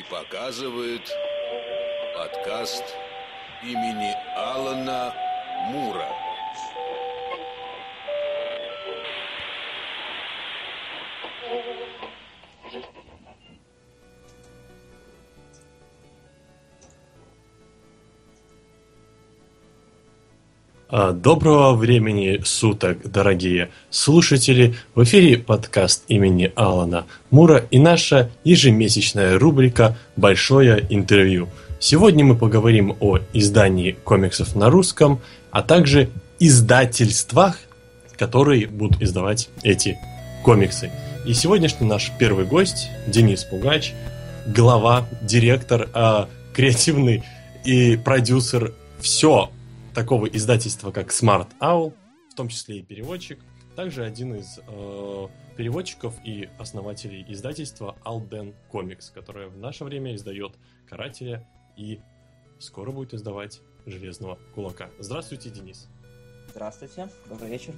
показывает подкаст имени Алана Мура. Доброго времени суток, дорогие слушатели! В эфире подкаст имени Алана Мура и наша ежемесячная рубрика «Большое интервью». Сегодня мы поговорим о издании комиксов на русском, а также издательствах, которые будут издавать эти комиксы. И сегодняшний наш первый гость Денис Пугач, глава, директор, креативный и продюсер все такого издательства, как Smart Owl, в том числе и переводчик, также один из переводчиков и основателей издательства Alden Comics, которое в наше время издает Карателя и скоро будет издавать Железного Кулака. Здравствуйте, Денис. Здравствуйте, добрый вечер.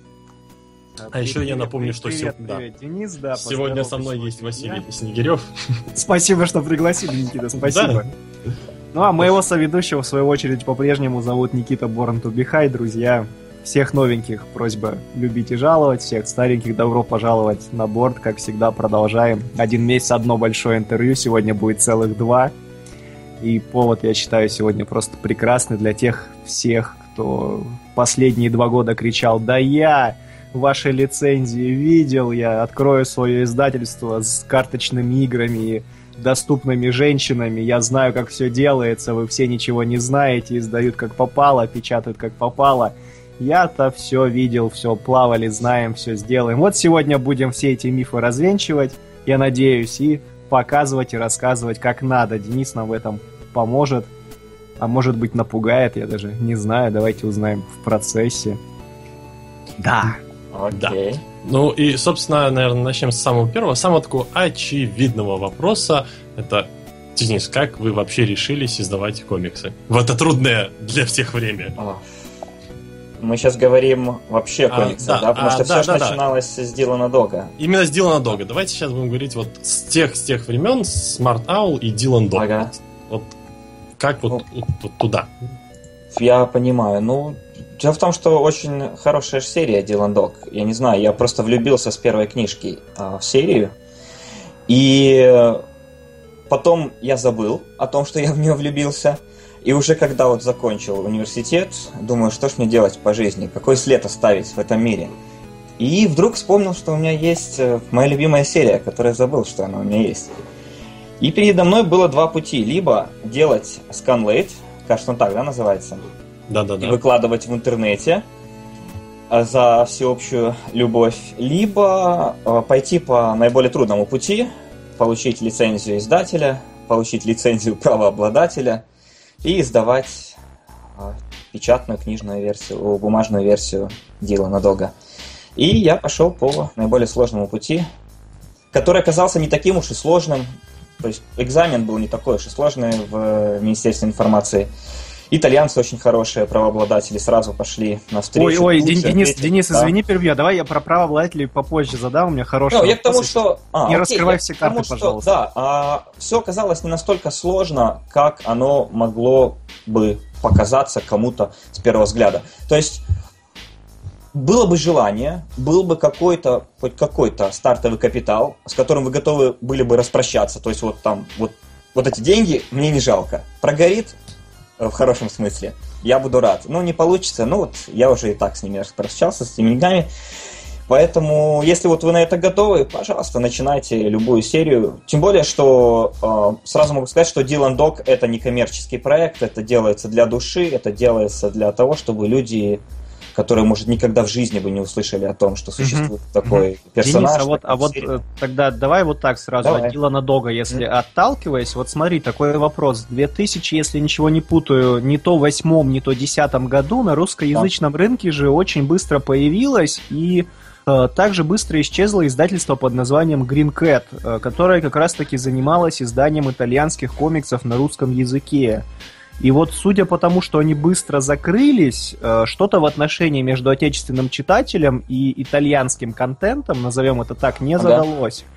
Еще я напомню, что привет, Денис, да, сегодня со мной есть Василий Снегирев. Спасибо, что пригласили, Никита, спасибо. Ну а моего соведущего, в свою очередь, по-прежнему зовут Никита Born to be High, друзья. Всех новеньких просьба любить и жаловать, всех стареньких добро пожаловать на борт, как всегда, продолжаем. 1 месяц, одно большое интервью, сегодня будет целых 2. И повод, я считаю, сегодня просто прекрасный для тех всех, кто последние 2 года кричал: «Да я ваши лицензии видел, я открою свое издательство с карточными играми, доступными женщинами, я знаю, как все делается, вы все ничего не знаете, издают как попало, печатают как попало. Я-то все видел, все плавали, знаем, все сделаем». Вот сегодня будем все эти мифы развенчивать, я надеюсь, и показывать и рассказывать как надо. Денис нам в этом поможет, а может быть напугает, я даже не знаю, давайте узнаем в процессе. Да. Окей. Да. Ну и, собственно, наверное, начнем с самого первого, самого такого очевидного вопроса. Это, Денис, как вы вообще решились издавать комиксы в это трудное для всех время? Мы сейчас говорим вообще о комиксах, да? Потому что все же начиналось с Дилана Дога. Именно с Дилана Дога. Давайте сейчас будем говорить вот с тех времен, Smart Owl и Дилан Дог. Ага. Вот как вот туда? Я понимаю. Дело в том, что очень хорошая серия Дилан Дог. Я не знаю, я просто влюбился с первой книжки в серию. И потом я забыл о том, что я в нее влюбился. И уже когда вот закончил университет, думаю, что ж мне делать по жизни, какой след оставить в этом мире. И вдруг вспомнил, что у меня есть моя любимая серия, которую я забыл, что она у меня есть. И передо мной было 2 пути. Либо делать сканлейт, кажется, он так, да, называется? Да. И выкладывать в интернете за всеобщую любовь, либо пойти по наиболее трудному пути, получить лицензию издателя, получить лицензию правообладателя и издавать печатную книжную версию, бумажную версию Дилана Дога. И я пошел по наиболее сложному пути, который оказался не таким уж и сложным. То есть экзамен был не такой уж и сложный в Министерстве информации. Итальянцы очень хорошие правообладатели, сразу пошли навстречу. Ой, Денис, да. Извини, перебью. Давай я про правообладателей попозже задам, у меня хороший вопрос. Я к тому, что... Не раскрывай все карты, пожалуйста. Да, все оказалось не настолько сложно, как оно могло бы показаться кому-то с первого взгляда. То есть было бы желание, был бы хоть какой-то стартовый капитал, с которым вы готовы были бы распрощаться. То есть вот эти деньги мне не жалко. Прогорит в хорошем смысле, я буду рад. Не получится, я уже и так с ними распрощался, с этими деньгами. Поэтому, если вот вы на это готовы, пожалуйста, начинайте любую серию. Тем более, что сразу могу сказать, что Дилан Дог — это не коммерческий проект, это делается для души, это делается для того, чтобы люди, которые, может, никогда в жизни бы не услышали о том, что существует такой персонаж. Денис, тогда давай вот так сразу от Дилана Дога, если отталкиваясь, вот смотри, такой вопрос. 2000, если ничего не путаю, не то в 8-м, не то 10-м году на русскоязычном рынке же очень быстро появилось и также быстро исчезло издательство под названием Green Cat, которое как раз-таки занималось изданием итальянских комиксов на русском языке. И вот судя по тому, что они быстро закрылись, что-то в отношении между отечественным читателем и итальянским контентом, назовем это так, не задалось.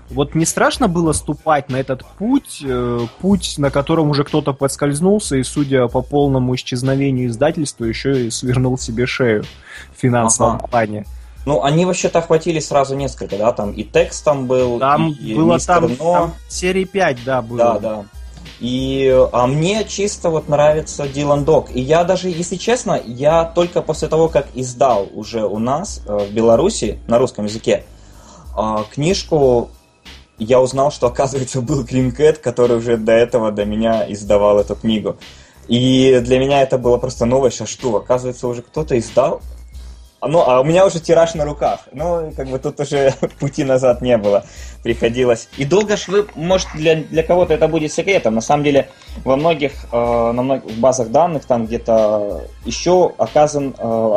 Вот не страшно было ступать на этот путь, на котором уже кто-то подскользнулся и, судя по полному исчезновению издательства, еще и свернул себе шею в финансовом плане? Ну, они вообще-то охватили сразу несколько, да, там и текст там был, там и было Мистер там серии 5, да, было. Да. А мне чисто вот нравится Dylan Dog. И я даже, если честно, я только после того, как издал уже у нас в Беларуси на русском языке книжку, я узнал, что, оказывается, был Green Cat, который уже до этого до меня издавал эту книгу. И для меня это было просто новость, а что, оказывается, уже кто-то издал? Ну, а у меня уже тираж на руках. Ну, как бы тут уже пути назад не было. Приходилось. И долго ж вы, может, для кого-то это будет секретом. На самом деле, на многих базах данных, там где-то еще оказан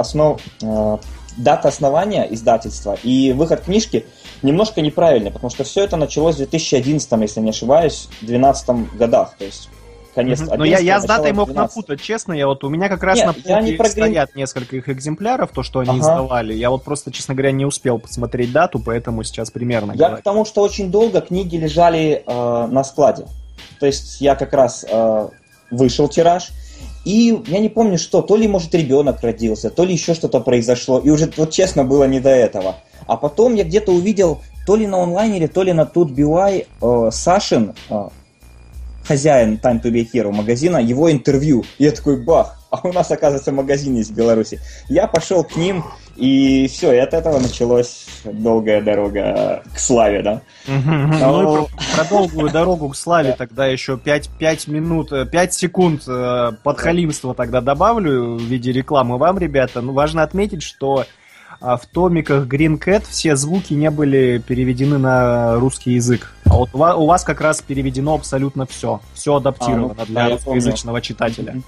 дата основания издательства и выход книжки немножко неправильный, потому что все это началось в 2011, если не ошибаюсь, в 2012 годах. То есть конец 11, но я с датой мог 12. напутать, честно. У меня как раз на полке стоят несколько их экземпляров, то, что они издавали. Я вот просто, честно говоря, не успел посмотреть дату, поэтому сейчас примерно Я к тому, что очень долго книги лежали на складе. То есть я как раз вышел тираж, и я не помню что, то ли, может, ребенок родился, то ли еще что-то произошло, и уже, вот честно, было не до этого. А потом я где-то увидел, то ли на онлайнере, то ли на TutBY Сашин, хозяин Time to be Hero магазина, его интервью. И я такой, бах, а у нас, оказывается, магазин есть в Беларуси. Я пошел к ним, и все, и от этого началась долгая дорога к славе, да. Ну и про долгую дорогу к славе тогда еще 5 секунд подхалимства тогда добавлю в виде рекламы вам, ребята. Ну, важно отметить, что в томиках Green Cat все звуки не были переведены на русский язык. А вот у вас как раз переведено абсолютно все. Все адаптировано для русскоязычного читателя.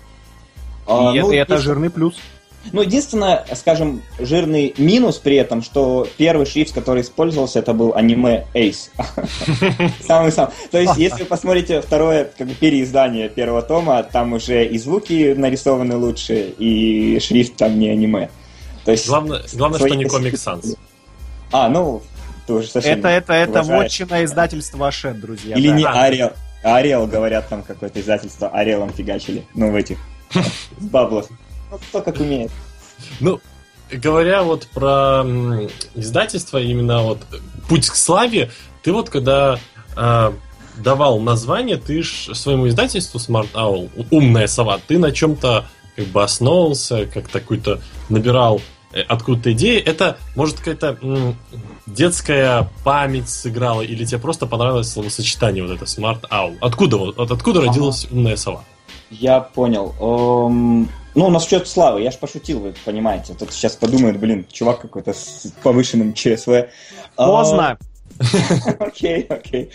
И это жирный плюс. Ну, единственное, скажем, жирный минус при этом, что первый шрифт, который использовался, это был аниме Ace. Самый-самый. То есть, если вы посмотрите второе переиздание первого тома, там уже и звуки нарисованы лучше, и шрифт там не аниме. То есть, главное, что не Comic Sans. тоже совершенно. Это вотчина издательства Ашет, друзья. Или не Ариэл. Ариэл, говорят, там какое-то издательство Ариэлом фигачили. Ну, в этих баблах. Ну, кто как умеет. Ну, говоря вот про издательство, именно вот «Путь к славе», ты вот когда давал название, ты ж своему издательству Smart Owl, «Умная сова», ты на чем-то как бы основывался, как-то какую-то набирал откуда-то идеи. Это, может, какая-то детская память сыграла, или тебе просто понравилось словосочетание вот это Smart Owl? Откуда родилась «Умная сова»? Я понял. Ну, насчет славы, я ж пошутил, вы понимаете. Тут сейчас подумают, чувак какой-то с повышенным ЧСВ. Поздно! Окей.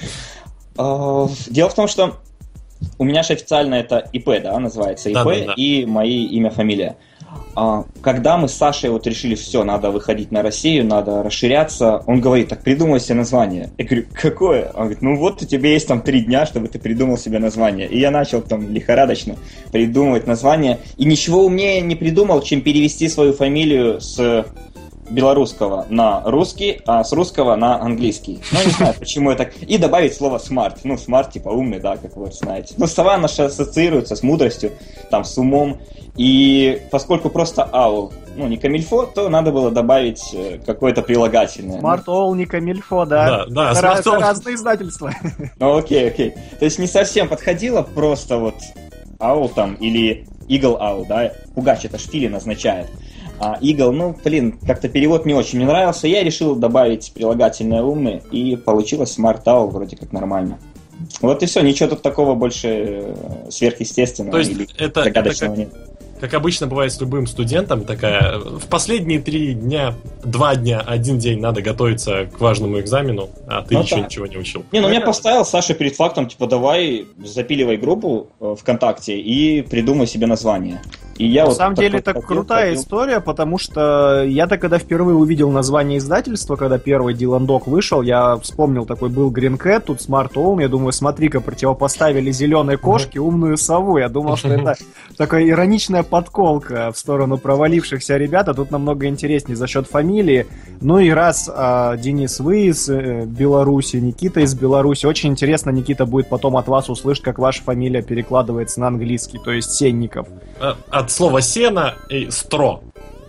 Дело в том, что у меня же официально это ИП, да, называется ИП, да. И мои имя, фамилия. Когда мы с Сашей вот решили, все, надо выходить на Россию, надо расширяться, он говорит, так придумай себе название. Я говорю, какое? Он говорит, ну вот у тебя есть там 3 дня, чтобы ты придумал себе название. И я начал там лихорадочно придумывать название, и ничего умнее не придумал, чем перевести свою фамилию с белорусского на русский, а с русского на английский. Ну, не знаю, почему это. И добавить слово smart. Ну, smart, типа умный, да, как вы знаете. Ну, сова наша ассоциируется с мудростью, там, с умом. И поскольку просто owl, ну, не камильфо, то надо было добавить какое-то прилагательное. Smart Owl не камильфо, да. Да, это разные издательства. Ну, окей. То есть не совсем подходило просто вот owl там или eagle owl, да. Пугач это штиль означает. А Eagle, как-то перевод не очень мне нравился. Я решил добавить прилагательное умный, и получилось Smart Owl вроде как нормально. Вот и все, ничего тут такого больше сверхъестественного. То есть или это загадочного нет. Как обычно бывает с любым студентом, такая в последние 3 дня, 2 дня, 1 день надо готовиться к важному экзамену, а ты еще ничего не учил. Меня поставил Саша перед фактом, типа, давай запиливай группу ВКонтакте и придумай себе название. И я На самом деле, это крутая история, потому что я-то, когда впервые увидел название издательства, когда первый Dylan Dog вышел, я вспомнил, такой был Green Cat, тут Smart Home, я думаю, смотри-ка, противопоставили зеленой кошке умную сову. Я думал, что это такая ироничная подколка в сторону провалившихся ребят, а тут намного интереснее за счет фамилии. Ну и раз Денис, вы из Беларуси, Никита из Беларуси, очень интересно, Никита, будет потом от вас услышать, как ваша фамилия перекладывается на английский, то есть Сенников. От слова сено и стро.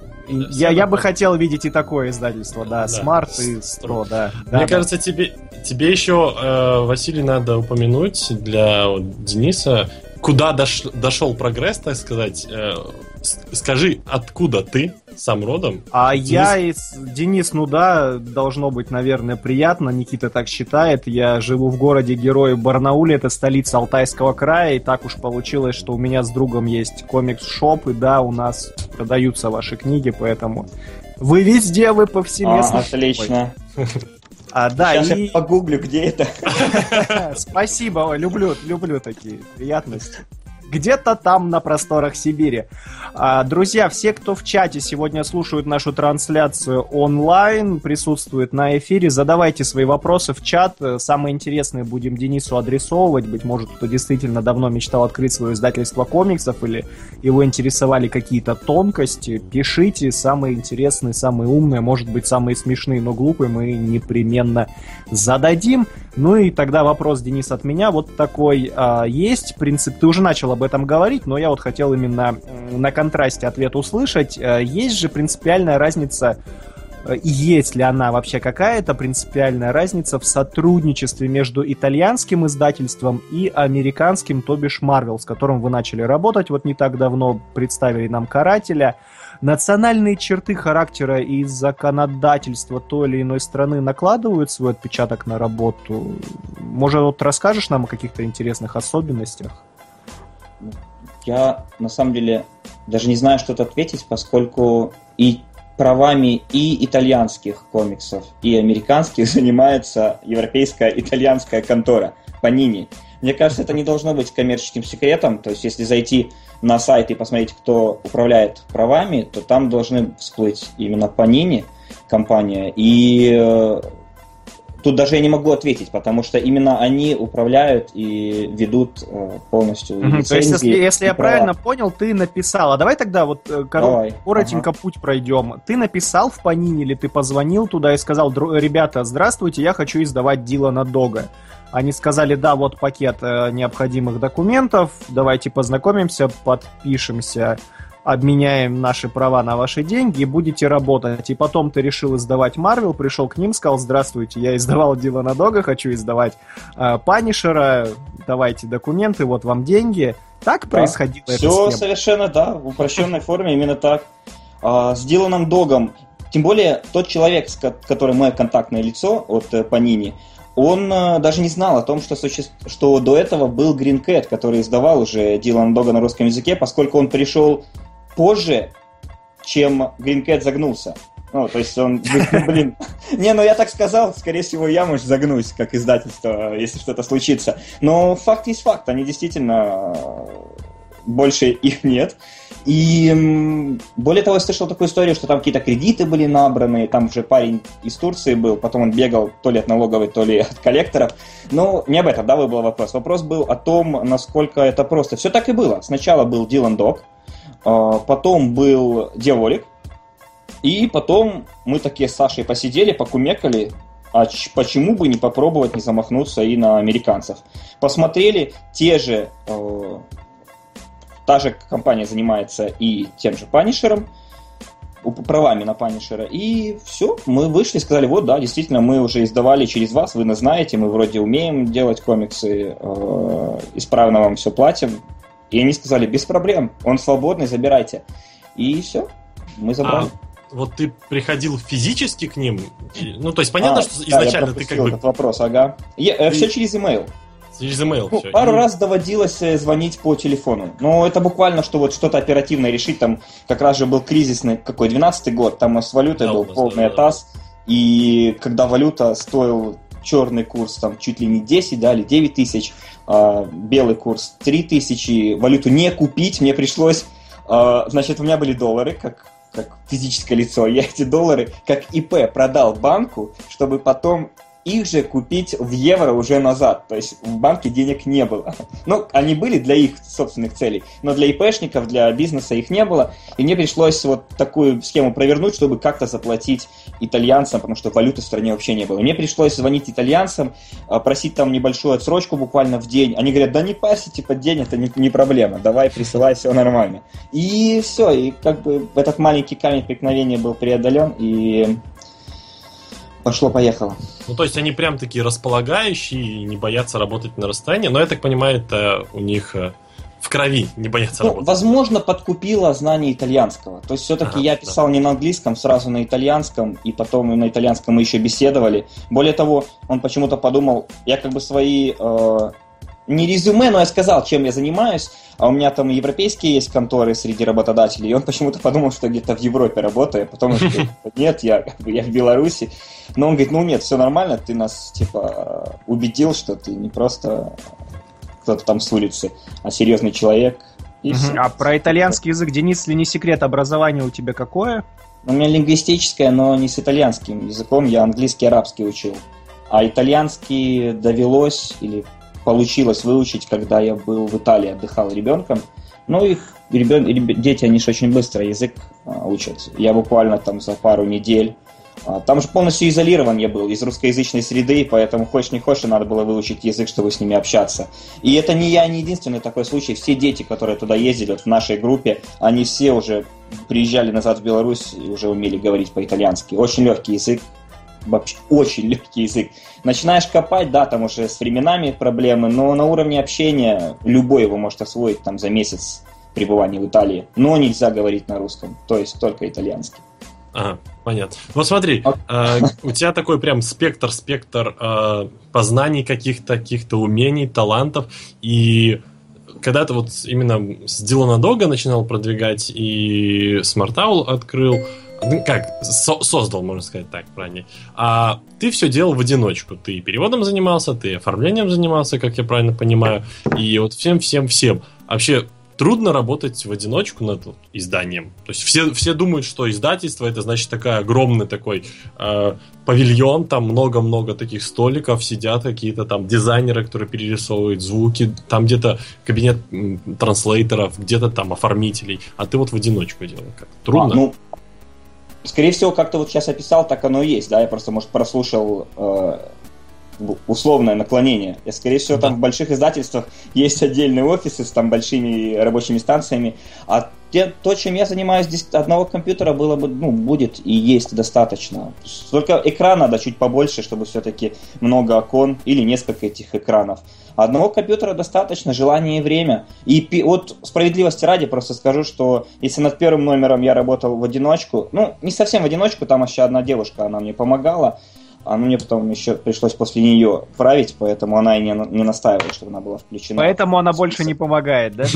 Я бы хотел видеть и такое издательство, да, Smart и Стро, да. Мне кажется, тебе еще, Василий, надо упомянуть для Дениса, куда дошел прогресс, так сказать. Скажи, откуда ты сам родом? Денис, ну да, должно быть, наверное, приятно. Никита так считает. Я живу в городе-герое Барнауле, это столица Алтайского края, и так уж получилось, что у меня с другом есть комикс-шоп, и да, у нас продаются ваши книги, поэтому вы везде, вы повсеместно. Отлично. Да, сейчас я погуглю, где это. Спасибо, люблю такие приятности. Где-то там на просторах Сибири. Друзья, все, кто в чате сегодня слушают нашу трансляцию онлайн, присутствует на эфире, задавайте свои вопросы в чат. Самые интересные будем Денису адресовывать. Быть может, кто действительно давно мечтал открыть свое издательство комиксов или его интересовали какие-то тонкости. Пишите самые интересные, самые умные, может быть, самые смешные, но глупые мы непременно зададим. Ну и тогда вопрос, Денис, от меня вот такой есть. Принцип, ты уже начал об этом говорить, но я вот хотел именно на контрасте ответ услышать. Есть же принципиальная разница, и есть ли она вообще какая-то принципиальная разница в сотрудничестве между итальянским издательством и американским, то бишь Marvel, с которым вы начали работать вот не так давно, представили нам «Карателя». Национальные черты характера и законодательства той или иной страны накладывают свой отпечаток на работу? Может, вот расскажешь нам о каких-то интересных особенностях? Я, на самом деле, даже не знаю, что-то ответить, поскольку и правами и итальянских комиксов, и американских занимается европейская итальянская контора Panini. Мне кажется, это не должно быть коммерческим секретом. То есть, если зайти на сайт и посмотреть, кто управляет правами, то там должны всплыть именно Panini компания. И тут даже я не могу ответить, потому что именно они управляют и ведут полностью лицензии. То есть, если я правильно понял, ты написал. А давай тогда вот коротенько путь пройдем. Ты написал в Panini или ты позвонил туда и сказал: ребята, здравствуйте, я хочу издавать Дилана Дога. Они сказали: да, вот пакет необходимых документов, давайте познакомимся, подпишемся, обменяем наши права на ваши деньги и будете работать. И потом ты решил издавать Marvel, пришел к ним, сказал: здравствуйте, я издавал Дилана Дога, хочу издавать Панишера, давайте документы, вот вам деньги. Так происходило это? Все совершенно, да, в упрощенной форме именно так. С Диланом Догом, тем более тот человек, с которым мое контактное лицо от Panini, он даже не знал о том, что до этого был Green Cat, который издавал уже Дилана Дога на русском языке, поскольку он пришел позже, чем Green Cat загнулся. Ну, то есть он, блин... Не, ну я так сказал, скорее всего, я, может, загнусь, как издательство, если что-то случится. Но факт есть факт, они действительно... Больше их нет. И более того, я слышал такую историю, что там какие-то кредиты были набраны, там уже парень из Турции был, потом он бегал то ли от налоговой, то ли от коллекторов. Но не об этом, да, был вопрос. Вопрос был о том, насколько это просто. Все так и было. Сначала был Dylan Dog, потом был Дьяволик, и потом мы такие с Сашей посидели, покумекали, а почему бы не попробовать, не замахнуться и на американцев. Посмотрели те же... Та же компания занимается и тем же Панишером, правами на Панишера. И все, мы вышли и сказали: вот, да, действительно, мы уже издавали через вас, вы нас знаете, мы вроде умеем делать комиксы, исправно вам все платим. И они сказали: без проблем, он свободный, забирайте. И все, мы забрали. Вот ты приходил физически к ним? Ну, то есть понятно, что изначально ты как бы... этот вопрос, ага. Все через email. Через email все. Пару раз доводилось звонить по телефону. Но это буквально, что вот что-то оперативное решить. Там как раз же был кризисный, 12-й год, там с валютой был полный атас. И когда валюта стоил черный курс там чуть ли не 10, да, или 9 тысяч, белый курс 3 тысячи, валюту не купить, мне пришлось Значит, у меня были доллары, как физическое лицо. Я эти доллары как ИП продал банку, чтобы потом их же купить в евро уже назад. То есть в банке денег не было. Ну, они были для их собственных целей, но для ИПшников, для бизнеса их не было. И мне пришлось вот такую схему провернуть, чтобы как-то заплатить итальянцам, потому что валюты в стране вообще не было. Мне пришлось звонить итальянцам, просить там небольшую отсрочку буквально в день. Они говорят, да не парься, типа день это не проблема, давай присылай, все нормально. И все, и как бы этот маленький камень преткновения был преодолен, и пошло-поехало. Ну, то есть они прям такие располагающие и не боятся работать на расстоянии, но я так понимаю, это у них в крови не боятся работать. Возможно, подкупило знание итальянского. То есть все-таки я писал не на английском, сразу на итальянском, и потом на итальянском мы еще беседовали. Более того, он почему-то подумал, я как бы свои... не резюме, но я сказал, чем я занимаюсь, а у меня там европейские есть конторы среди работодателей, и он почему-то подумал, что где-то в Европе работаю, потом он говорит, нет, я в Беларуси, но он говорит, ну нет, все нормально, ты нас, типа, убедил, что ты не просто кто-то там с улицы, а серьезный человек, и все. А про итальянский язык, Денис, если не секрет, образование у тебя какое? У меня лингвистическое, но не с итальянским языком, я английский, арабский учил, а итальянский довелось, или получилось выучить, когда я был в Италии, отдыхал ребенком. Ну, дети, они же очень быстро язык учат. Я буквально там за пару недель. Там же полностью изолирован я был из русскоязычной среды, поэтому хочешь не хочешь, надо было выучить язык, чтобы с ними общаться. И это не я, не единственный такой случай. Все дети, которые туда ездили, вот в нашей группе, они все уже приезжали назад в Беларусь и уже умели говорить по-итальянски. Очень легкий язык. Вообще очень легкий язык. Начинаешь копать, да, там уже с временами проблемы, но на уровне общения любой его может освоить там за месяц пребывания в Италии. Но нельзя говорить на русском, то есть только итальянский. Ага, понятно. Вот смотри, у тебя такой прям спектр познаний каких-то умений, талантов, и когда ты вот именно с Дилана Дога начинал продвигать и Smart Owl открыл, создал, можно сказать так, правильно. А ты все делал в одиночку. Ты переводом занимался, ты оформлением занимался, как я правильно понимаю, и вот всем. Вообще трудно работать в одиночку над изданием. То есть все думают, что издательство это значит огромный такой павильон, там много-много таких столиков, сидят какие-то там дизайнеры, которые перерисовывают звуки, там где-то кабинет транслейтеров, где-то там оформителей, а ты вот в одиночку делал. Как? Трудно? Скорее всего, как ты вот сейчас описал, так оно и есть, да, я просто, может, прослушал условное наклонение. Я, скорее всего, там в больших издательствах есть отдельные офисы с там большими рабочими станциями, а то, чем я занимаюсь, здесь одного компьютера было бы, будет и есть достаточно. Только экран надо чуть побольше, чтобы все-таки много окон или несколько этих экранов. Одного компьютера достаточно, желание и время. И вот справедливости ради просто скажу, что если над первым номером я работал в одиночку, не совсем в одиночку, там еще одна девушка, она мне помогала, а мне потом еще пришлось после нее править, поэтому она и не настаивала, чтобы она была включена. Поэтому она больше не помогает, да?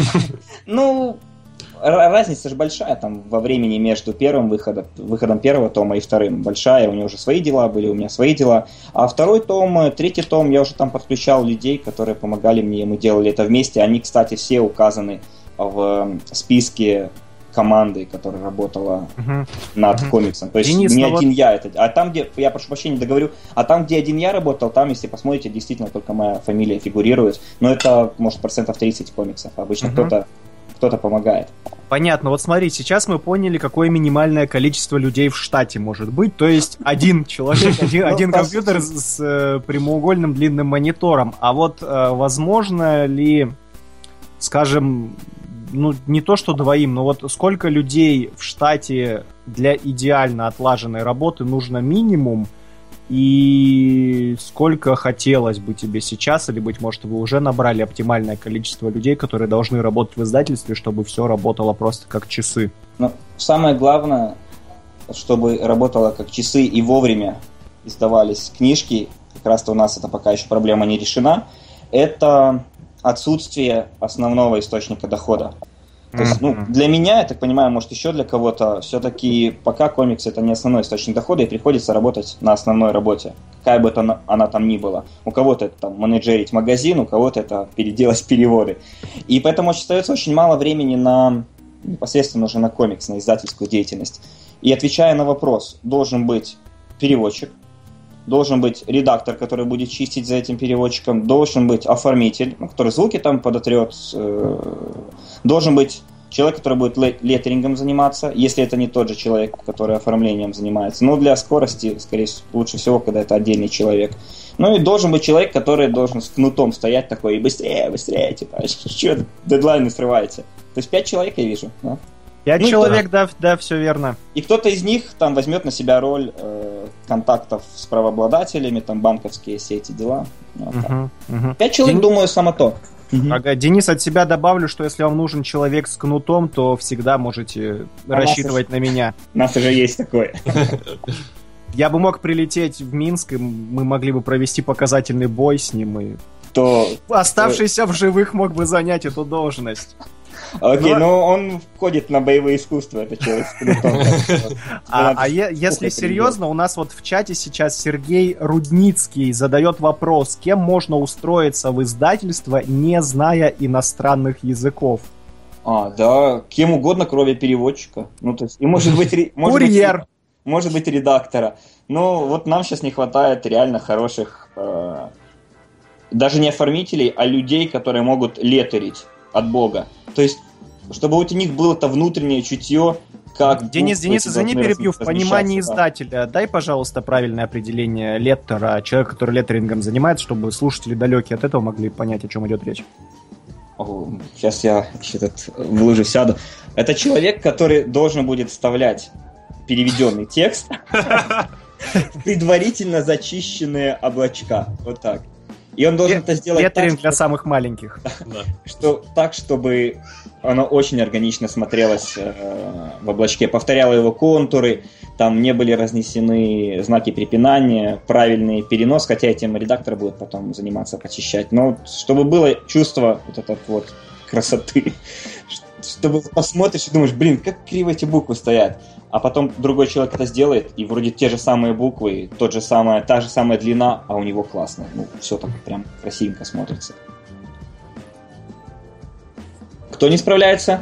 Разница же большая там во времени между выходом первого тома и вторым. Большая, у нее уже свои дела были, у меня свои дела. А второй том, третий том, я уже там подключал людей, которые помогали мне, мы делали это вместе. Они, кстати, все указаны в списке команды, которая работала над комиксом. То есть Денис, не один я это. А там, где, я прошу прощения, договорю, а там, где один я работал, там, если посмотрите, действительно только моя фамилия фигурирует. Но это, может, 30% комиксов. Обычно кто-то помогает. Понятно. Вот смотри, сейчас мы поняли, какое минимальное количество людей в штате может быть. То есть один человек, один компьютер с прямоугольным длинным монитором. А вот возможно ли, скажем, не то что двоим, но вот сколько людей в штате для идеально отлаженной работы нужно минимум? И сколько хотелось бы тебе сейчас, или, быть может, вы уже набрали оптимальное количество людей, которые должны работать в издательстве, чтобы все работало просто как часы? Самое главное, чтобы работало как часы и вовремя издавались книжки, как раз-то у нас эта пока еще проблема не решена, это отсутствие основного источника дохода. То есть, для меня, я так понимаю, может еще для кого-то, все-таки пока комикс это не основной источник дохода, и приходится работать на основной работе, какая бы она там ни была. У кого-то это там менеджерить магазин, у кого-то это переделать переводы. И поэтому остается очень мало времени на непосредственно уже на комикс, на издательскую деятельность. И отвечая на вопрос, должен быть переводчик, должен быть редактор, который будет чистить за этим переводчиком, должен быть оформитель, который звуки там подотрет, должен быть человек, который будет леттерингом заниматься, если это не тот же человек, который оформлением занимается. Но для скорости, скорее всего, лучше всего, когда это отдельный человек. Ну и должен быть человек, который должен с кнутом стоять такой и быстрее, типа, что дедлайны срываете. То есть 5 человек я вижу, да? 5 человек, да, все верно. И кто-то из них там возьмет на себя роль контактов с правообладателями, там банковские все эти дела. Вот 5 человек, думаю, само то. Ага, Денис, от себя добавлю, что если вам нужен человек с кнутом, то всегда можете рассчитывать на меня. У нас уже есть такое. Я бы мог прилететь в Минск, и мы могли бы провести показательный бой с ним, и оставшийся в живых мог бы занять эту должность. Окей, но он входит на боевые искусства, это человек с кнутом. Если серьезно, у нас вот в чате сейчас Сергей Рудницкий задает вопрос, кем можно устроиться в издательство, не зная иностранных языков? Да, кем угодно, кроме переводчика. Ну, то есть, и может быть... Курьер! Может быть, редактора. Но вот нам сейчас не хватает реально хороших... даже не оформителей, а людей, которые могут леттерить от Бога. То есть, чтобы у них было это внутреннее чутье, как... Денис, извини, перебью. В понимании издателя дай, пожалуйста, правильное определение леттера, человека, который леттерингом занимается, чтобы слушатели далекие от этого могли понять, о чем идет речь. Сейчас я в лужу сяду. Это человек, который должен будет вставлять переведенный текст в предварительно зачищенные облачка. Вот так. И он должен это сделать леттеринг для самых маленьких. Так, чтобы оно очень органично смотрелось в облачке. Повторяло его контуры, там не были разнесены знаки препинания, правильный перенос, хотя этим редактор будет потом заниматься почищать. Но чтобы было чувство вот этой вот красоты, чтобы посмотришь и думаешь, блин, как криво эти буквы стоят. А потом другой человек это сделает, и вроде те же самые буквы, та же самая длина, а у него классно. Ну, все так прям красивенько смотрится. Кто не справляется?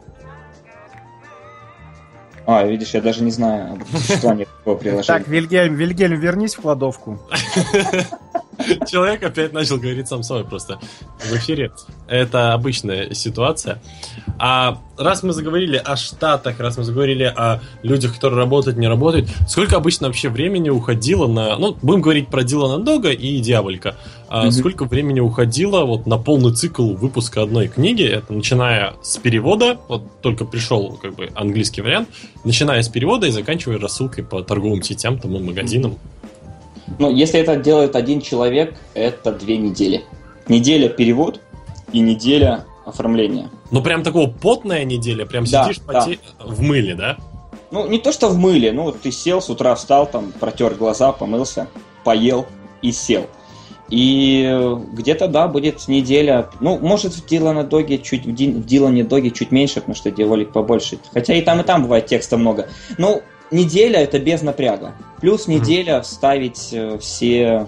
Видишь, я даже не знаю, что они такого приложения. Так, Вильгельм, вернись в кладовку. Человек опять начал говорить сам собой просто в эфире. Это обычная ситуация. А раз мы заговорили о штатах, раз мы заговорили о людях, которые работают, не работают, сколько обычно вообще времени уходило на... Ну, будем говорить про Дилана Дога и Дьяволька. Сколько времени уходило вот на полный цикл выпуска одной книги, это начиная с перевода, вот только пришел как бы английский вариант, начиная с перевода и заканчивая рассылкой по торговым сетям, там, и магазинам. Ну, если это делает один человек, это 2 недели. Неделя перевод и неделя оформления. Ну, прям такого потная неделя, прям сидишь в мыле, да? Ну, не то, что в мыле, ну, вот ты сел, с утра встал, там, протер глаза, помылся, поел и сел. И где-то, да, будет неделя. Ну, может, в Дилане Доге чуть меньше, потому что Дьяволик побольше. Хотя и там бывает текста много. Ну, неделя это без напряга. Плюс неделя вставить все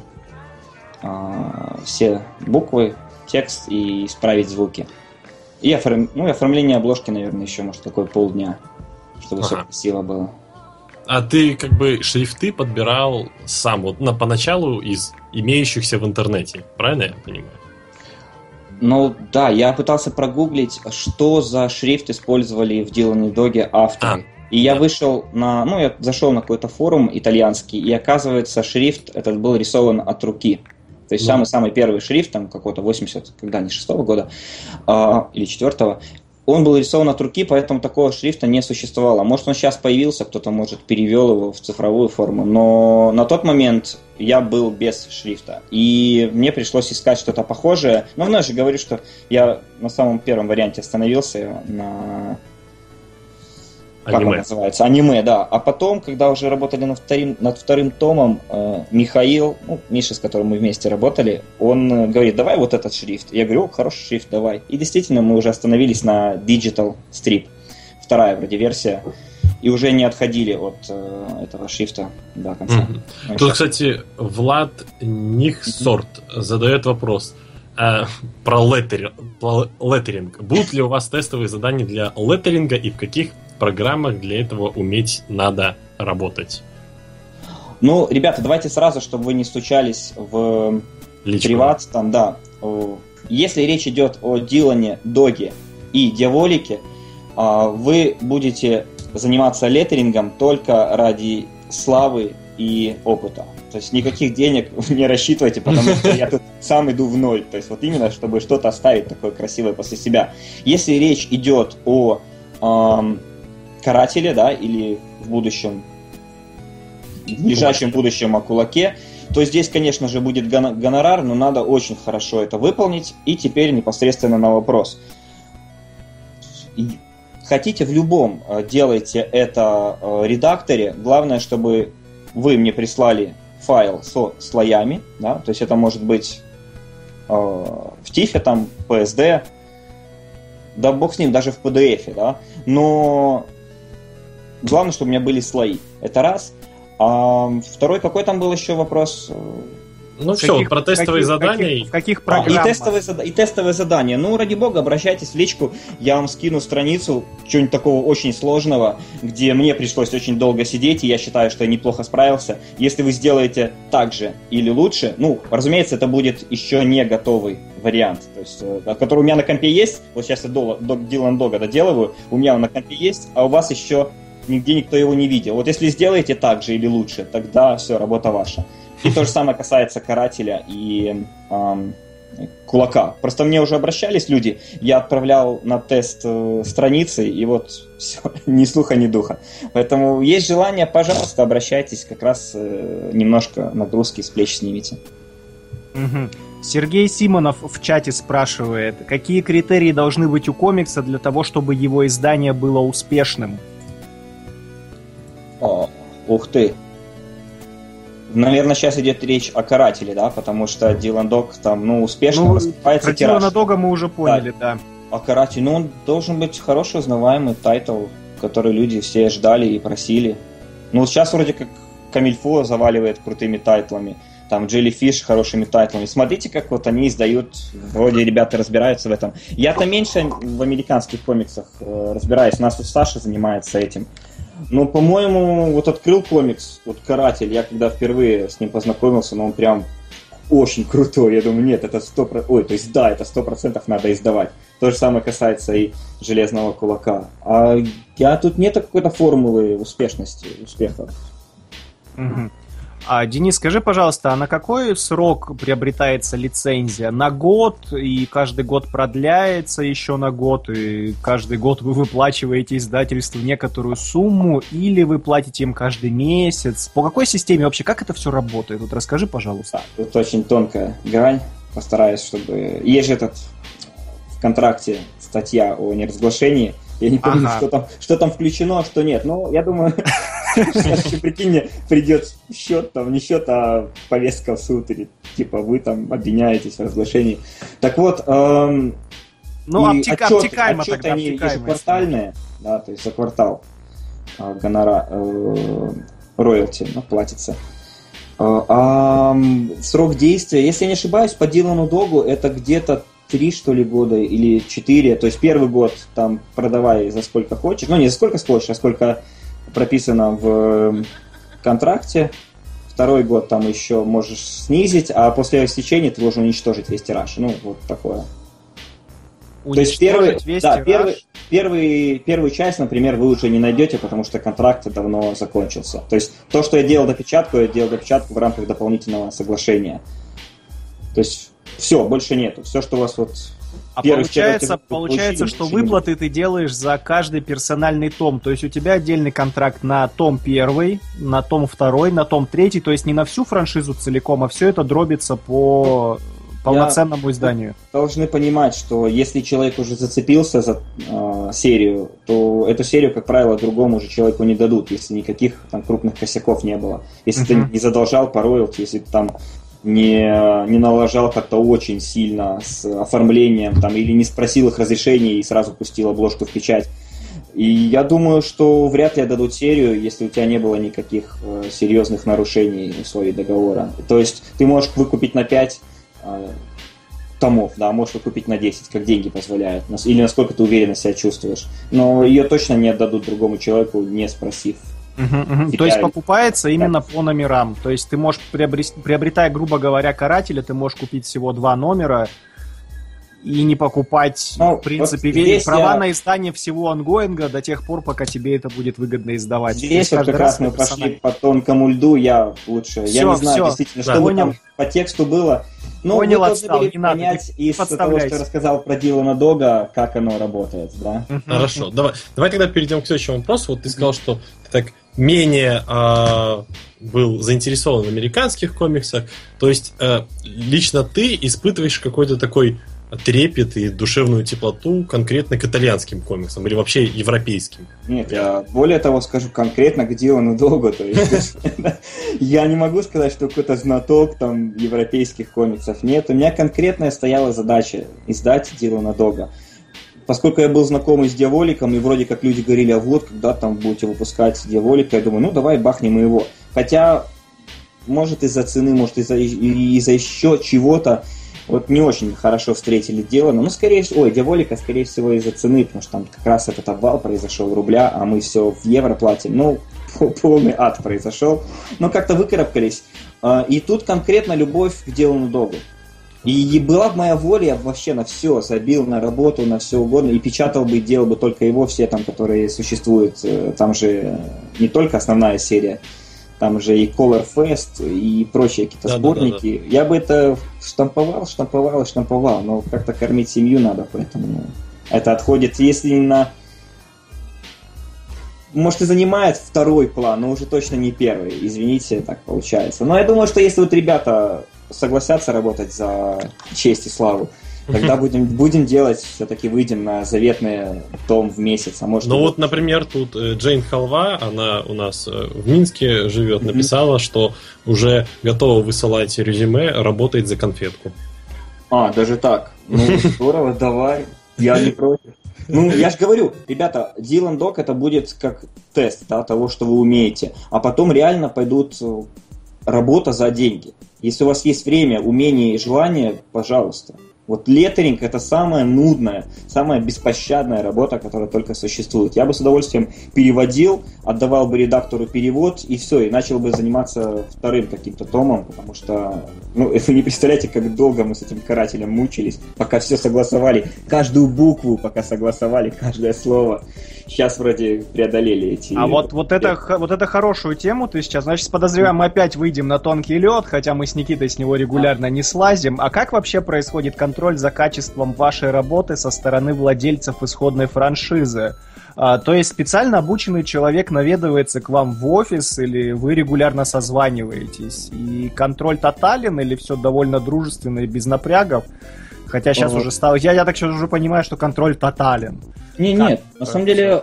буквы, текст и исправить звуки. И оформление обложки, наверное, еще, может, такое полдня, чтобы все красиво было. А ты как бы шрифты подбирал сам, вот поначалу из имеющихся в интернете, правильно я понимаю? Ну да, я пытался прогуглить, что за шрифт использовали в Дилане Доге авторы. И я вышел я зашел на какой-то форум итальянский, и оказывается, шрифт этот был рисован от руки. То есть самый первый шрифт, там какого-то 86-го года, или 4-го, он был рисован от руки, поэтому такого шрифта не существовало. Может, он сейчас появился, кто-то, может, перевел его в цифровую форму, но на тот момент я был без шрифта, и мне пришлось искать что-то похожее. Но вновь же говорю, что я на самом первом варианте остановился на... Как он называется? Аниме, да. А потом, когда уже работали над вторым томом, Михаил, Миша, с которым мы вместе работали, он говорит, давай вот этот шрифт. Я говорю, хороший шрифт, давай. И действительно, мы уже остановились на Digital Strip. Вторая вроде версия. И уже не отходили от этого шрифта до конца. Тут, кстати, Влад Нихсорт задает вопрос. Про леттеринг. Будут ли у вас тестовые задания для леттеринга и в каких программах для этого уметь надо работать? Ну, ребята, давайте сразу, чтобы вы не стучались в приват, там, да. Если речь идет о Дилане, Доге и Дьяволике, вы будете заниматься леттерингом только ради славы и опыта. То есть никаких денег не рассчитывайте, потому что я тут сам иду в ноль. То есть вот именно, чтобы что-то оставить такое красивое после себя. Если речь идет о карателе, да, или в будущем, в ближайшем будущем о кулаке, то здесь, конечно же, будет гонорар, но надо очень хорошо это выполнить. И теперь непосредственно на вопрос. Хотите в любом, делайте это редакторе. Главное, чтобы вы мне прислали файл со слоями, да, то есть это может быть в TIFF, там, PSD, да бог с ним, даже в PDF, да, но главное, чтобы у меня были слои. Это раз. А второй, какой там был еще вопрос? Ну все, про тестовые задания. В каких программах? И тестовые задания. Ну, ради бога, обращайтесь в личку, я вам скину страницу чего-нибудь такого очень сложного, где мне пришлось очень долго сидеть, и я считаю, что я неплохо справился. Если вы сделаете так же или лучше, ну, разумеется, это будет еще не готовый вариант, то есть, который у меня на компе есть, вот сейчас я Дилан Дога доделываю, у меня он на компе есть, а у вас еще нигде никто его не видел. Вот если сделаете так же или лучше, тогда все, работа ваша. И то же самое касается карателя и кулака. Просто мне уже обращались люди, я отправлял на тест страницы, и вот все, ни слуха, ни духа. Поэтому есть желание, пожалуйста, обращайтесь, как раз немножко нагрузки с плеч снимите. Угу. Сергей Симонов в чате спрашивает, какие критерии должны быть у комикса для того, чтобы его издание было успешным? Ух ты. Наверное, сейчас идет речь о карателе, да, потому что Дилан Дог там, ну, успешно раскрывается про тираж. Дилана Дога мы уже поняли, да. А каратель, ну, он должен быть хороший, узнаваемый тайтл, который люди все ждали и просили. Ну, вот сейчас вроде как Камильфо заваливает крутыми тайтлами, там Jellyfish хорошими тайтлами. Смотрите, как вот они издают, вроде ребята разбираются в этом. Я-то меньше в американских комиксах разбираюсь, у нас вот Саша занимается этим. Но, по-моему, вот открыл комикс, вот «Каратель», я когда впервые с ним познакомился, но он прям очень крутой. Я думаю, нет, это 100%, ой, то есть да, это 100% надо издавать. То же самое касается и «Железного кулака». А тут нет какой-то формулы успешности, успеха. Угу. А, Денис, скажи, пожалуйста, а на какой срок приобретается лицензия? На год, и каждый год продляется еще на год, и каждый год вы выплачиваете издательству некоторую сумму, или вы платите им каждый месяц? По какой системе вообще, как это все работает? Вот расскажи, пожалуйста. Тут очень тонкая грань, постараюсь, чтобы... Есть же в контракте статья о неразглашении, я не помню, что там включено, а что нет, но я думаю... Сейчас, прикинь, мне придет счет, там не счет, а повестка в суд, или типа вы там обвиняетесь в разглашении. Так вот, ну, обтекаемо отчеты тогда, они ежеквартальные, да, то есть за квартал гонорар, роялти, платится. Срок действия, если я не ошибаюсь, по Дилану Догу это где-то 3, что ли, года или 4. То есть первый год там продавай за сколько хочешь, ну не за сколько хочешь, а сколько прописано в контракте. Второй год там еще можешь снизить, а после истечения ты должен уничтожить весь тираж. Ну, вот такое. То есть первую часть, например, вы уже не найдете, потому что контракт давно закончился. То есть то, что я делал допечатку в рамках дополнительного соглашения. То есть все, больше нету. Все, что у вас вот... А получается, что выплаты ты делаешь за каждый персональный том. То есть у тебя отдельный контракт на том 1, на том 2, на том 3. То есть не на всю франшизу целиком, а все это дробится по полноценному изданию. Должны понимать, что если человек уже зацепился за серию, то эту серию, как правило, другому уже человеку не дадут, если никаких там крупных косяков не было. Если ты не задолжал по роялти, если ты там не налажал как-то очень сильно с оформлением там, или не спросил их разрешения и сразу пустил обложку в печать. И я думаю, что вряд ли дадут серию, если у тебя не было никаких серьезных нарушений условий договора. То есть ты можешь выкупить на 5 томов, да, можешь купить на 10, как деньги позволяют, или насколько ты уверенно себя чувствуешь. Но ее точно не отдадут другому человеку, не спросив. То есть покупается именно по номерам. То есть ты можешь, приобретая, грубо говоря, карателя, ты можешь купить всего 2 номера и не покупать, в принципе, вот права на издание всего ангоинга до тех пор, пока тебе это будет выгодно издавать. Здесь вот как раз мы пошли по тонкому льду, я не знаю действительно, что бы там по тексту было. Ну, понял, вы должны были понять из того, что я рассказал про Дилана Дога, как оно работает, да? Хорошо, давай тогда перейдем к следующему вопросу. Вот ты сказал, что ты так менее был заинтересован в американских комиксах, то есть лично ты испытываешь какой-то такой трепет и душевную теплоту конкретно к итальянским комиксам или вообще европейским? Нет, я более того скажу конкретно к Дилану Догу. То есть я не могу сказать, что какой-то знаток там европейских комиксов. Нет, у меня конкретная стояла задача издать Дилана Дога. Поскольку я был знакомый с Дьяволиком, и вроде как люди говорили, а вот, когда там будете выпускать Дьяволика, я думаю, ну давай бахнем его. Хотя, может из-за цены, может из-за еще чего-то, вот не очень хорошо встретили Дилана. Ну, скорее всего, Дьяволика, скорее всего, из-за цены, потому что там как раз этот обвал произошел рубля, а мы все в евро платим. Ну, полный ад произошел. Но как-то выкарабкались. И тут конкретно любовь к Дилану Догу. И была бы моя воля, я бы вообще на все забил, на работу, на все угодно, и печатал бы, и делал бы только его, все там, которые существуют. Там же не только основная серия, там же и Color Fest, и прочие какие-то сборники. Да. Я бы это штамповал, но как-то кормить семью надо, поэтому это отходит, если на... Может, и занимает второй план, но уже точно не первый. Извините, так получается. Но я думаю, что если вот ребята согласятся работать за честь и славу, тогда будем делать, все-таки выйдем на заветный том в месяц. А может, вот, например, тут Джейн Халва, она у нас в Минске живет, написала, что уже готова высылать резюме, работает за конфетку. Даже так? Ну, здорово, давай. Я не против. Ну, я же говорю, ребята, Дилан Дог это будет как тест, да, того, что вы умеете. А потом реально пойдут работа за деньги. Если у вас есть время, умение и желание, пожалуйста. Вот леттеринг это самая нудная, самая беспощадная работа, которая только существует. Я бы с удовольствием переводил, отдавал бы редактору перевод и все, и начал бы заниматься вторым каким-то томом, потому что, вы не представляете, как долго мы с этим карателем мучились, пока все согласовали, каждую букву пока согласовали, каждое слово. Сейчас вроде преодолели эти... Вот это хорошую тему ты сейчас, значит, подозреваем, мы опять выйдем на тонкий лед, хотя мы с Никитой с него регулярно не слазим. А как вообще происходит контроль за качеством вашей работы со стороны владельцев исходной франшизы? То есть специально обученный человек наведывается к вам в офис, или вы регулярно созваниваетесь? И контроль тотален, или все довольно дружественно и без напрягов? Хотя сейчас уже стало... Я так сейчас уже понимаю, что контроль тотален. Нет, на самом деле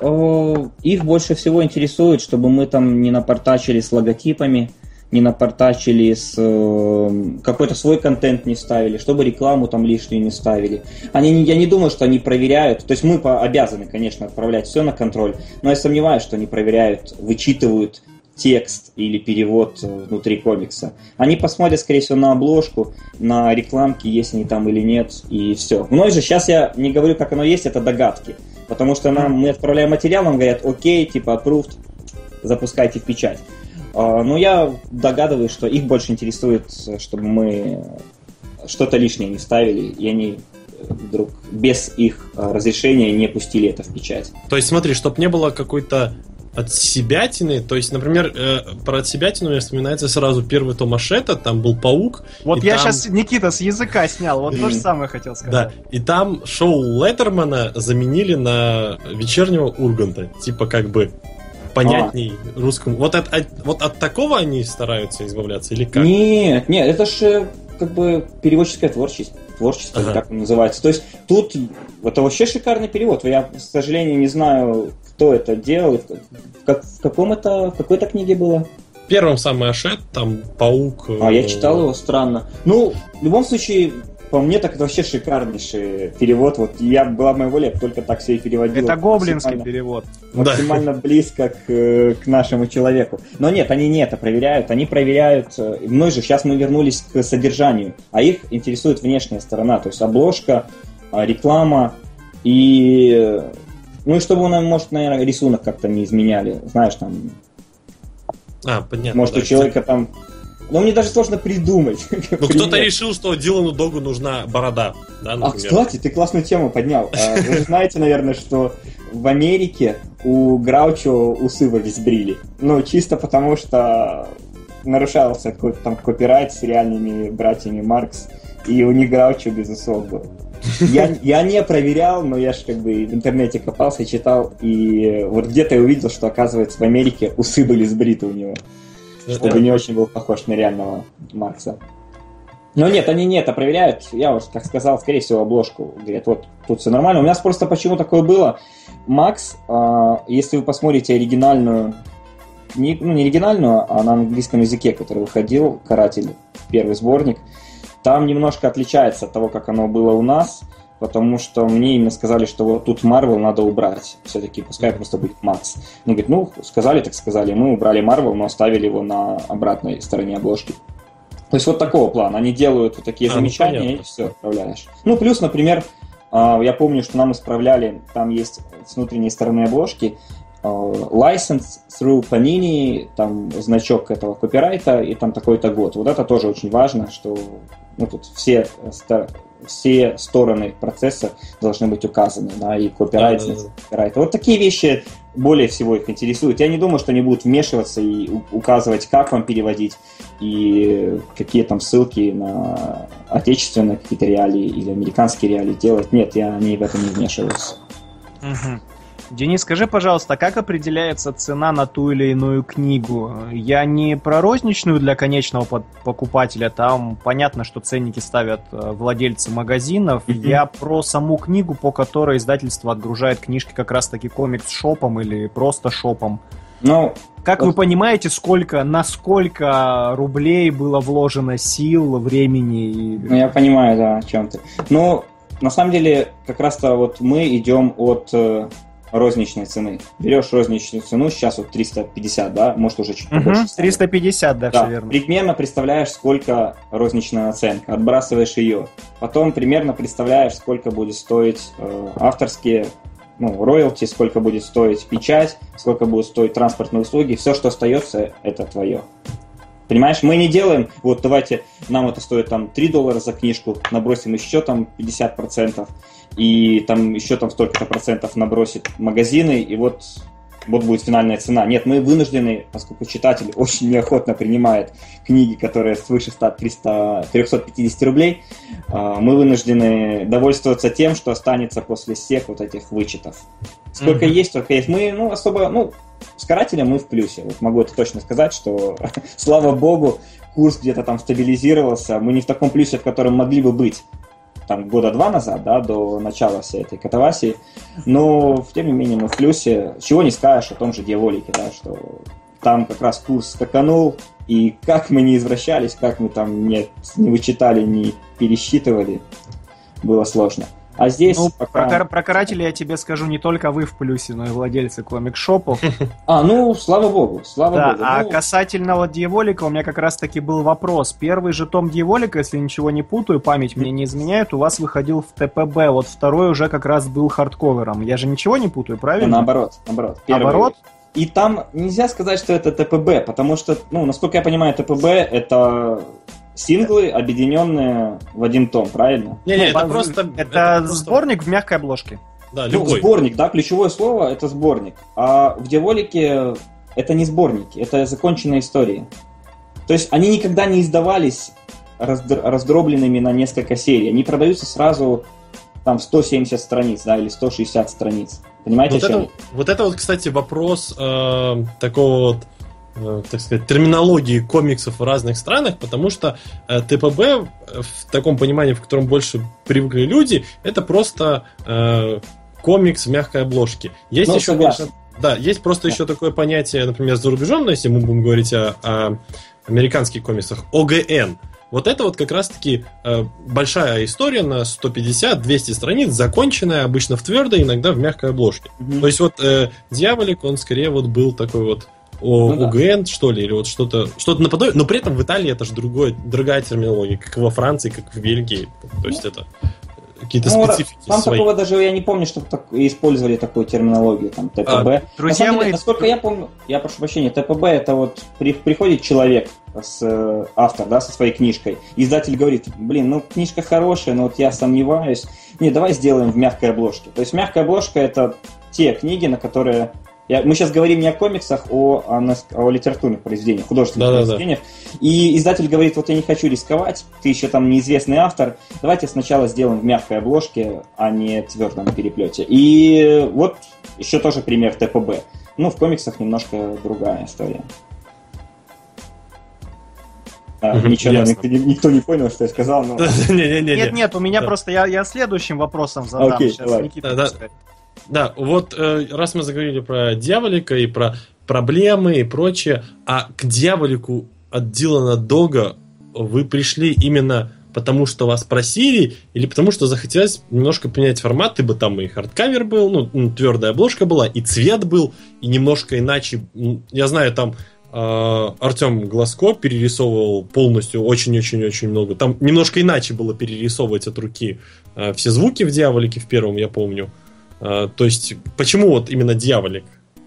их больше всего интересует, чтобы мы там не напортачили с логотипами, не напортачили с какой-то свой контент не ставили, чтобы рекламу там лишнюю не ставили. Я не думаю, что они проверяют, то есть мы обязаны, конечно, отправлять все на контроль, но я сомневаюсь, что они проверяют, вычитывают текст или перевод внутри комикса. Они посмотрят, скорее всего, на обложку, на рекламки, есть они там или нет, и все. Мной же, сейчас я не говорю, как оно есть, это догадки. Потому что мы отправляем материал, нам говорят, окей, типа approved, запускайте в печать. Но я догадываюсь, что их больше интересует, чтобы мы что-то лишнее не ставили, и они вдруг без их разрешения не пустили это в печать. То есть смотри, чтобы не было какой-то отсебятины, то есть, например, про отсебятину мне вспоминается сразу первый том Ашета, там был паук. Вот я там... сейчас Никита с языка снял, вот то же самое хотел сказать. Да, и там шоу Леттермана заменили на вечернего Урганта, типа как бы понятней русскому. Вот от такого они стараются избавляться или как? Нет, это же как бы переводческая творчество, как он называется. То есть тут это вообще шикарный перевод. Я, к сожалению, не знаю, кто это делал, в какой-то книге было. Первым самый Ашет, там паук. Я читал его, странно. Ну, в любом случае, по мне, так это вообще шикарнейший перевод. Вот была бы моя воля, я бы только так все и переводил. Это гоблинский перевод. Максимально близко к нашему человеку. Но нет, они не это проверяют. Они проверяют... Сейчас мы вернулись к содержанию, а их интересует внешняя сторона. То есть обложка, реклама и... Ну и чтобы, может, наверное, рисунок как-то не изменяли. Знаешь, там... понятно. Может, у человека там... Но мне даже сложно придумать. Ну, кто-то решил, что Дилану Догу нужна борода, да, например. Кстати, ты классную тему поднял. Вы же знаете, наверное, что в Америке у Граучо усы во весь брили. Ну, чисто потому, что нарушался какой-то там копирайт с реальными братьями Маркс, и у них Граучо без усов был. Я не проверял, но я же как бы в интернете копался, читал, и вот где-то я увидел, что, оказывается, в Америке усы были сбриты у него. Чтобы не очень был похож на реального Маркса. Но нет, они не это проверяют. Я вот, как сказал, скорее всего, обложку. Говорят, вот тут все нормально. У нас просто почему такое было. Макс, если вы посмотрите оригинальную книгу, ну не оригинальную, а на английском языке, который выходил, «Каратель», первый сборник, там немножко отличается от того, как оно было у нас, потому что мне именно сказали, что вот тут Marvel надо убрать. Все-таки пускай просто будет Макс. Он говорит, сказали, так сказали. Мы убрали Marvel, но оставили его на обратной стороне обложки. То есть вот такого плана. Они делают вот такие замечания, и все, отправляешь. Ну, плюс, например, я помню, что нам исправляли, там есть с внутренней стороны обложки license through Panini, там значок этого копирайта, и там такой-то год. Вот это тоже очень важно, что тут все стороны процесса должны быть указаны, да, и копирайт, копирайт. Вот такие вещи более всего их интересуют. Я не думаю, что они будут вмешиваться и указывать, как вам переводить, и какие там ссылки на отечественные какие-то реалии или американские реалии делать. Нет, они в этом не вмешиваются. Угу. Денис, скажи, пожалуйста, как определяется цена на ту или иную книгу? Я не про розничную для конечного покупателя, там понятно, что ценники ставят владельцы магазинов. Я про саму книгу, по которой издательство отгружает книжки как раз-таки комикс-шопом или просто шопом. Как вы понимаете, на сколько рублей было вложено сил, времени? Я понимаю, да, о чем ты. На самом деле, как раз-то вот мы идем от розничной цены. Берешь розничную цену, сейчас вот 350, да, может уже чуть побольше. 350, да, все верно. Примерно представляешь, сколько розничная наценка, отбрасываешь ее. Потом примерно представляешь, сколько будет стоить авторские, роялти, сколько будет стоить печать, сколько будут стоить транспортные услуги. Все, что остается, это твое. Понимаешь, мы не делаем, вот давайте, нам это стоит там $3 за книжку, набросим еще там 50%, и там еще там столько-то процентов набросит магазины, и вот будет финальная цена. Нет, мы вынуждены, поскольку читатель очень неохотно принимает книги, которые свыше 350 рублей, мы вынуждены довольствоваться тем, что останется после всех вот этих вычетов. Сколько есть, столько есть. Мы, особо, с «Карателем» мы в плюсе. Вот могу это точно сказать, что, слава богу, курс где-то там стабилизировался. Мы не в таком плюсе, в котором могли бы быть там 2 года назад, да, до начала всей этой катавасии. Но, тем не менее, мы в плюсе. Чего не скажешь о том же «Дьяволике», да, что там как раз курс скаканул, и как мы не извращались, как мы там не вычитали, не пересчитывали, было сложно. А здесь про «Карателей» я тебе скажу, не только вы в плюсе, но и владельцы комик-шопов. Слава богу, слава богу. Касательно «Дьяволика» у меня как раз-таки был вопрос. Первый же том «Дьяволика», если ничего не путаю, память мне не изменяет, у вас выходил в ТПБ, вот второй уже как раз был хардковером. Я же ничего не путаю, правильно? Наоборот. Наоборот? И там нельзя сказать, что это ТПБ, потому что, насколько я понимаю, ТПБ это... синглы, объединенные в один том, правильно? Это сборник в мягкой обложке. Да, любой. Сборник, да, ключевое слово это сборник. А в «Дьяволике» это не сборники, это законченные истории. То есть они никогда не издавались раздробленными на несколько серий. Они продаются сразу там 170 страниц, да, или 160 страниц. Понимаете, вот это, кстати, вопрос такого вот, так сказать, терминологии комиксов в разных странах, потому что ТПБ, в таком понимании, в котором больше привыкли люди, это просто комикс в мягкой обложке. Есть еще, конечно, есть просто еще такое понятие, например, за рубежом, но если мы будем говорить о американских комиксах, ОГН. Вот это вот как раз-таки большая история на 150-200 страниц, законченная обычно в твердой, иногда в мягкой обложке. То есть вот Дьяволик, он скорее вот был такой вот ОГН, что ли, или вот что-то наподобие, но при этом в Италии это же другая терминология, как во Франции, как в Бельгии. То есть это какие-то специфики там свои. такого даже я не помню, чтобы использовали такую терминологию, там, ТПБ. Друзья мои, насколько я помню, я прошу прощения, ТПБ это вот приходит человек, автор, да, со своей книжкой, издатель говорит, блин, книжка хорошая, но вот я сомневаюсь, давай сделаем в мягкой обложке. То есть мягкая обложка это те книги, на которые... Мы сейчас говорим не о комиксах, о литературных произведениях, художественных произведениях. И издатель говорит, вот я не хочу рисковать, ты еще там неизвестный автор, давайте сначала сделаем в мягкой обложке, а не твердом переплете. И вот еще тоже пример ТПБ. В комиксах немножко другая история. Ничего, никто не понял, что я сказал. Но... Нет, у меня просто я следующим вопросом задам. Окей, сейчас давай. Никита Да, вот раз мы заговорили про Дьяволика и про проблемы и прочее, а к Дьяволику от Дилана Дога вы пришли именно потому, что вас просили, или потому, что захотелось немножко поменять формат, ибо там и хардкавер был, твердая обложка была, и цвет был, и немножко иначе, я знаю, там Артем Глазко перерисовывал полностью очень-очень-очень много. Там немножко иначе было перерисовывать от руки все звуки в Дьяволике в первом, я помню. То есть, почему вот именно Дьяволик?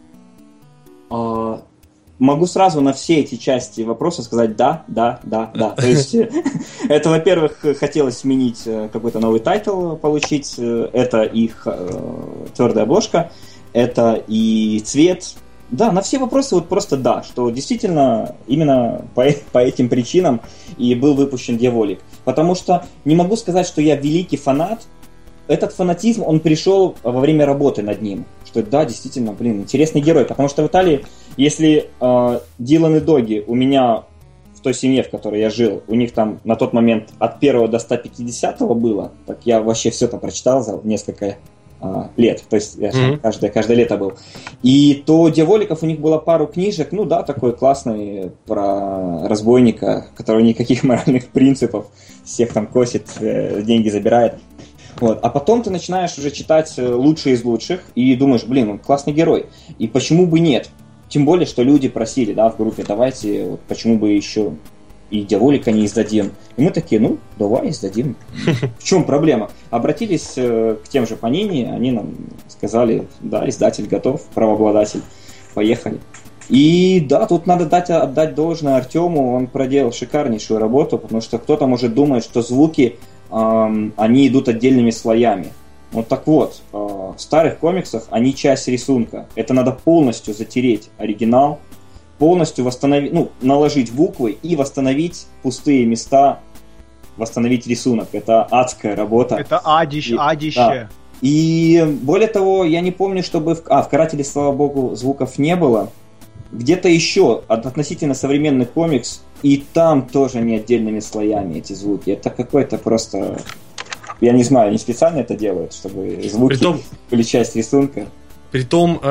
Могу сразу на все эти части вопроса сказать да. То есть, это, во-первых, хотелось сменить какой-то новый тайтл, получить. Это их твердая обложка, это и цвет. Да, на все вопросы вот просто да, что действительно именно по этим причинам и был выпущен Дьяволик. Потому что не могу сказать, что я великий фанат. Этот фанатизм, он пришел во время работы над ним. Что да, действительно, интересный герой. Потому что в Италии, если Дилан и Доги у меня в той семье, в которой я жил, у них там на тот момент от 1 до 150 было, так я вообще все это прочитал за несколько лет. То есть я каждое лето был. И то Дьяволиков у них было пару книжек, такой классный про разбойника, который никаких моральных принципов, всех там косит, деньги забирает. Вот. А потом ты начинаешь уже читать лучшие из лучших и думаешь, он классный герой. И почему бы нет? Тем более, что люди просили, в группе, давайте, почему бы еще и Дьяволика не издадим. И мы такие, давай издадим. В чем проблема? Обратились к тем же Панини, они нам сказали, да, издатель готов, правообладатель, поехали. И да, тут надо отдать должное Артему, он проделал шикарнейшую работу, потому что кто-то может думать, что звуки они идут отдельными слоями. Вот так вот, в старых комиксах они часть рисунка. Это надо полностью затереть оригинал, полностью восстановить, наложить буквы и восстановить пустые места, восстановить рисунок. Это адская работа. Это адище. Да. И более того, я не помню, чтобы в «Карателе», слава богу, звуков не было. Где-то еще относительно современный комикс, и там тоже не отдельными слоями эти звуки. Это какой-то просто... Я не знаю, они специально это делают, чтобы звуки были часть рисунка. Притом,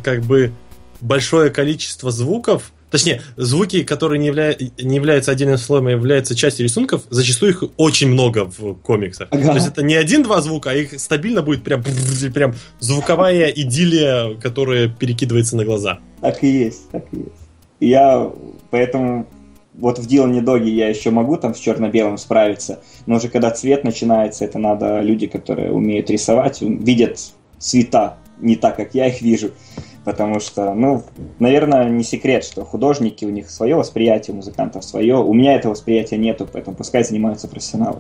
большое количество звуков, точнее, звуки, которые не являются отдельным слоем, а являются частью рисунков, зачастую их очень много в комиксах. Ага. То есть это не 1-2 звука, а их стабильно будет прям звуковая идиллия, которая перекидывается на глаза. Так и есть. Я поэтому вот в Дилане Доги я еще могу там с черно-белым справиться, но уже когда цвет начинается, это надо люди, которые умеют рисовать, видят цвета не так, как я их вижу. Потому что, наверное, не секрет, что художники, у них свое восприятие, музыкантов свое. У меня этого восприятия нету, поэтому пускай занимаются профессионалы.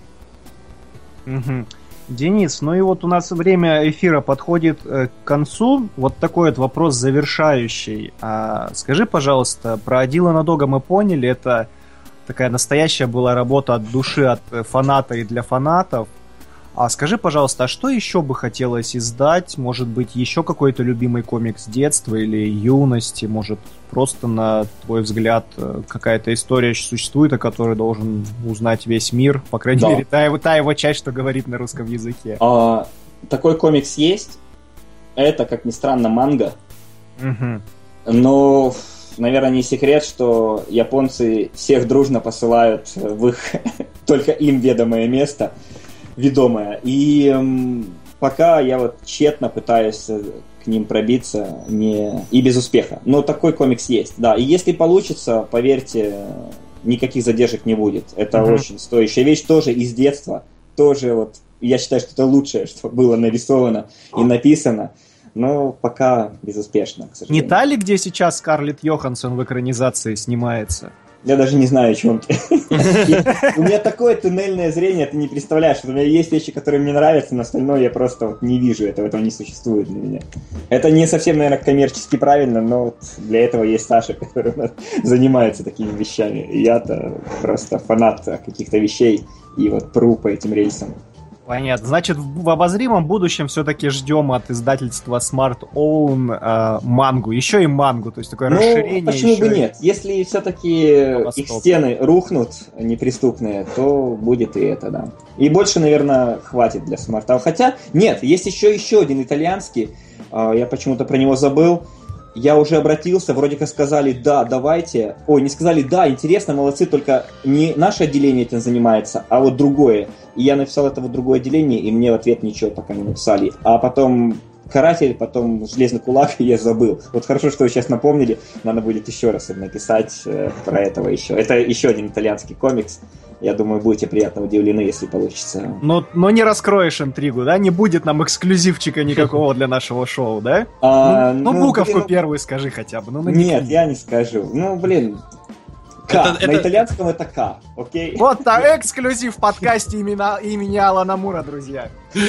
Угу. Денис, и вот у нас время эфира подходит к концу. Вот такой вот вопрос завершающий. Скажи, пожалуйста, про Дилана Дога мы поняли, это такая настоящая была работа от души, от фаната и для фанатов. А скажи, пожалуйста, а что еще бы хотелось издать? Может быть, еще какой-то любимый комикс детства или юности? Может, просто, на твой взгляд, какая-то история существует, о которой должен узнать весь мир? По крайней мере, та его часть, что говорит на русском языке. Такой комикс есть. Это, как ни странно, манга. Угу. Но наверное, не секрет, что японцы всех дружно посылают в их только им ведомое место, ведомое. И пока я вот тщетно пытаюсь к ним пробиться, и без успеха. Но такой комикс есть, да. И если получится, поверьте, никаких задержек не будет. Это очень стоящая вещь, тоже из детства. Тоже вот, я считаю, что это лучшее, что было нарисовано и написано. Но пока безуспешно, к сожалению. Не та ли, где сейчас Скарлетт Йоханссон в экранизации снимается? Я даже не знаю, о чем ты. У меня такое туннельное зрение, ты не представляешь. У меня есть вещи, которые мне нравятся, но остальное я просто не вижу. Этого не существует для меня. Это не совсем, наверное, коммерчески правильно, но для этого есть Саша, который занимается такими вещами. И я-то просто фанат каких-то вещей и вот пру по этим рельсам. Понятно. Значит, в обозримом будущем все-таки ждем от издательства Smart Own мангу. Еще и мангу, то есть такое расширение. Почему бы нет? Если все-таки их стены рухнут неприступные, то будет и это, да. И больше, наверное, хватит для Смарта. Хотя, нет, есть еще один итальянский. Я почему-то про него забыл. Я уже обратился, вроде как сказали, да, давайте. Ой, не сказали, да, интересно, молодцы, только не наше отделение этим занимается, а вот другое. И я написал это в другое отделение, и мне в ответ ничего пока не написали. А потом Каратель, потом Железный кулак, и я забыл. Вот хорошо, что вы сейчас напомнили, надо будет еще раз написать про этого еще. Это еще один итальянский комикс. Я думаю, будете приятно удивлены, если получится. Но не раскроешь интригу, да? Не будет нам эксклюзивчика никакого для нашего шоу, да? Буковку первую скажи хотя бы. Нет, я не скажу. К. На итальянском это К, окей? Вот так, эксклюзив в подкасте имени Алана Мура, друзья.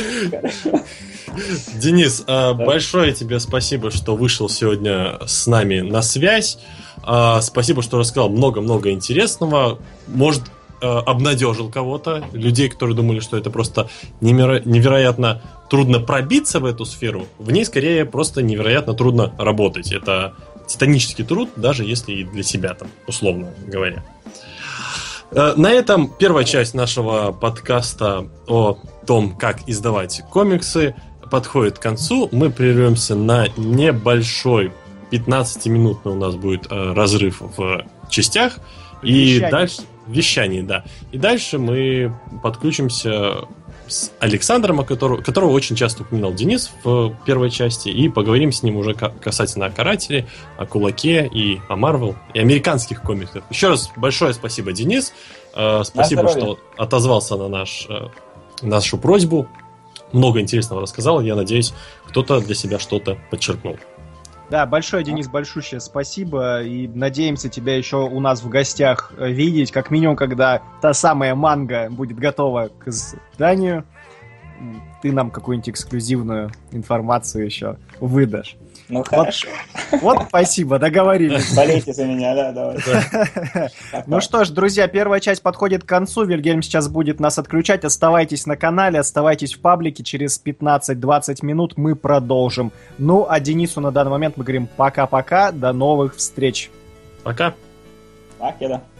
Денис, большое тебе спасибо, что вышел сегодня с нами на связь. Спасибо, что рассказал много-много интересного. Может, обнадежил кого-то, людей, которые думали, что это просто невероятно трудно пробиться в эту сферу. В ней, скорее, просто невероятно трудно работать. Это титанический труд, даже если и для себя, там, условно говоря. На этом первая часть нашего подкаста о том, как издавать комиксы, подходит к концу. Мы прервемся на небольшой 15-минутный у нас будет разрыв в частях. И дальше вещание, да. И дальше мы подключимся с Александром, которого очень часто упоминал Денис в первой части, и поговорим с ним уже касательно о Карателе, о Кулаке и о Марвел, и американских комиксах. Еще раз большое спасибо, Денис. Спасибо, что отозвался на нашу просьбу. Много интересного рассказал. Я надеюсь, кто-то для себя что-то подчеркнул. Да, большое, Денис, большущее спасибо. И надеемся тебя еще у нас в гостях видеть. Как минимум, когда та самая манга будет готова к изданию, ты нам какую-нибудь эксклюзивную информацию еще выдашь. Хорошо. Вот спасибо, договорились. Болейте за меня, да, давай. Ну что ж, друзья, первая часть подходит к концу. Вильгельм сейчас будет нас отключать. Оставайтесь на канале, оставайтесь в паблике. Через 15-20 минут мы продолжим. Ну, а Денису на данный момент мы говорим пока-пока. До новых встреч. Пока. Так, да.